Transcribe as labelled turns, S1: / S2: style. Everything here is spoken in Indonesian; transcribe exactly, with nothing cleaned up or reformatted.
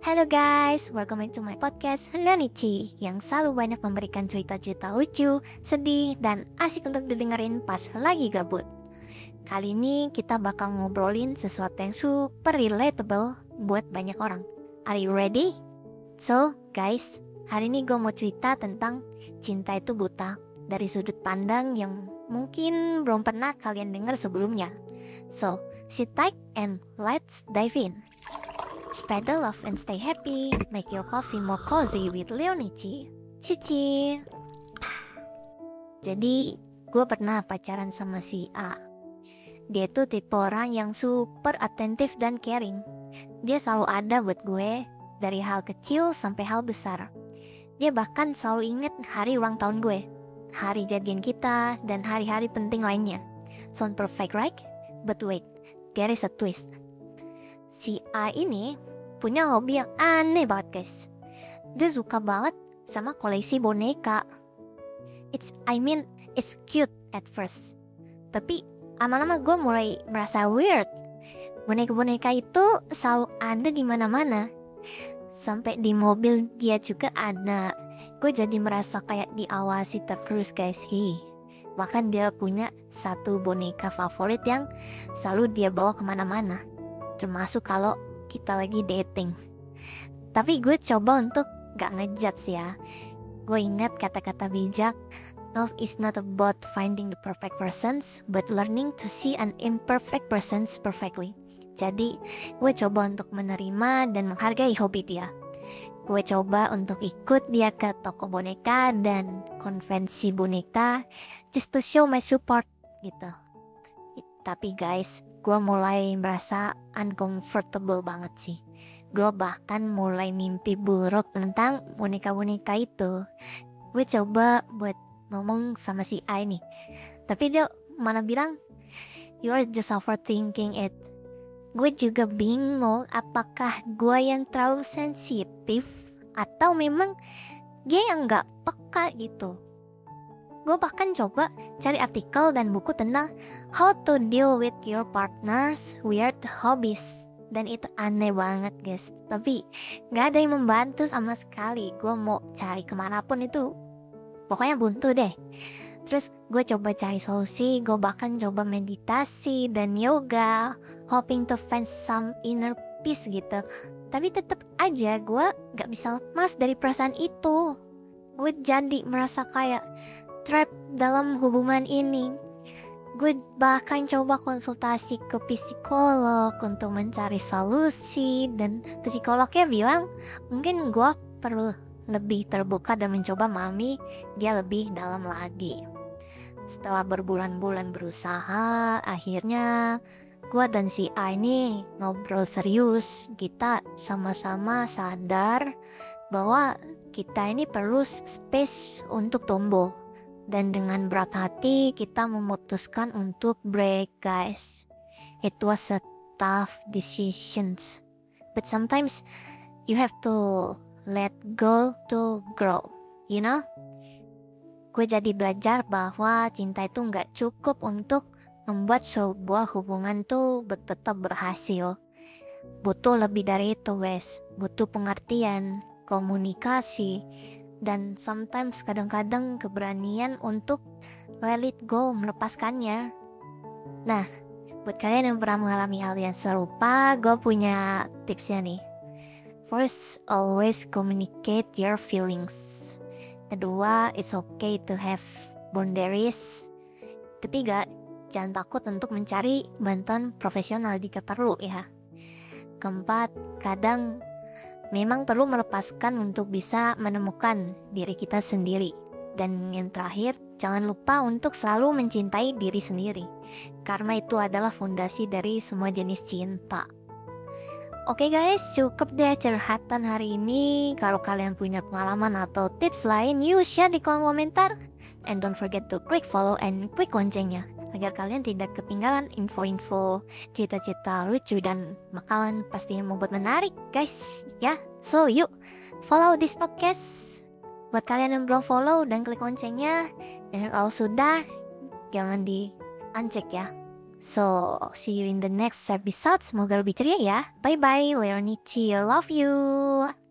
S1: Hello guys, welcome back to my podcast Leonici yang selalu banyak memberikan cerita-cerita lucu, sedih, dan asik untuk didengerin pas lagi gabut. Kali ini kita bakal ngobrolin sesuatu yang super relatable buat banyak orang. Are you ready? So guys, hari ini gue mau cerita tentang cinta itu buta dari sudut pandang yang mungkin belum pernah kalian dengar sebelumnya. So, sit tight and let's dive in. Spread the love and stay happy. Make your coffee more cozy with Leonici. Cici. Jadi, gue pernah pacaran sama si A. Dia tuh tipe orang yang super atentif dan caring. Dia selalu ada buat gue, dari hal kecil sampai hal besar. Dia bahkan selalu inget hari ulang tahun gue, hari jadian kita, dan hari-hari penting lainnya. Sound perfect, right? But wait, there is a twist. Si A ini punya hobi yang aneh banget guys. Dia suka banget sama koleksi boneka. It's, I mean, it's cute at first. Tapi lama-lama gue mulai merasa weird. Boneka-boneka itu selalu ada di mana-mana. Sampai di mobil dia juga ada. Gue jadi merasa kayak diawasi terus guys. Hi. Bahkan dia punya satu boneka favorit yang selalu dia bawa kemana-mana. Termasuk kalau kita lagi dating. Tapi gue coba untuk gak ngejudge ya. Gue ingat kata-kata bijak, love is not about finding the perfect persons, but learning to see an imperfect persons perfectly. Jadi gue coba untuk menerima dan menghargai hobi dia. Gue coba untuk ikut dia ke toko boneka dan konvensi boneka, just to show my support gitu. Tapi guys, gue mulai merasa uncomfortable banget sih. Gue bahkan mulai mimpi buruk tentang boneka-boneka itu. Gue coba buat ngomong sama si A nih, tapi dia mana bilang, you are just overthinking it. Gue juga bingung apakah gue yang terlalu sensitif atau memang dia yang gak peka gitu. Gue bahkan coba cari artikel dan buku tentang how to deal with your partner's weird hobbies. Dan itu aneh banget guys. Tapi gak ada yang membantu sama sekali. Gue mau cari kemanapun itu pokoknya buntu deh. Terus gue coba cari solusi. Gue bahkan coba meditasi dan yoga, hoping to find some inner peace gitu. Tapi tetap aja gue gak bisa lepas dari perasaan itu. Gue jadi merasa kayak trap dalam hubungan ini. Gue bahkan coba konsultasi ke psikolog untuk mencari solusi, dan psikolognya bilang mungkin gue perlu lebih terbuka dan mencoba memahami dia lebih dalam lagi. Setelah berbulan-bulan berusaha, akhirnya gue dan si A ini ngobrol serius. Kita sama-sama sadar bahwa kita ini perlu space untuk tumbuh. Dan dengan berat hati kita memutuskan untuk break guys. It was a tough decision, but sometimes you have to let go to grow, you know. Gue jadi belajar bahwa cinta itu gak cukup untuk membuat sebuah hubungan tuh tetap berhasil. Butuh lebih dari itu guys. Butuh pengertian, komunikasi, dan sometimes kadang-kadang keberanian untuk let it go, melepaskannya. Nah, buat kalian yang pernah mengalami hal yang serupa, gue punya tipsnya nih. First, always communicate your feelings. Kedua, it's okay to have boundaries. Ketiga, jangan takut untuk mencari bantuan profesional jika perlu ya. Keempat, kadang memang perlu melepaskan untuk bisa menemukan diri kita sendiri. Dan yang terakhir, jangan lupa untuk selalu mencintai diri sendiri, karena itu adalah fondasi dari semua jenis cinta. Oke guys, cukup deh curhatan hari ini. Kalau kalian punya pengalaman atau tips lain, you share di kolom komentar. And don't forget to click follow and klik loncengnya, agar kalian tidak ketinggalan info-info, cerita-cerita lucu, dan bakalan pastinya membuat menarik guys ya. So yuk follow this podcast. Buat kalian yang belum follow dan klik loncengnya, dan kalau sudah jangan di uncheck ya. So, see you in the next episode. Semoga lebih ceria ya. Bye-bye, Leonici. Love you.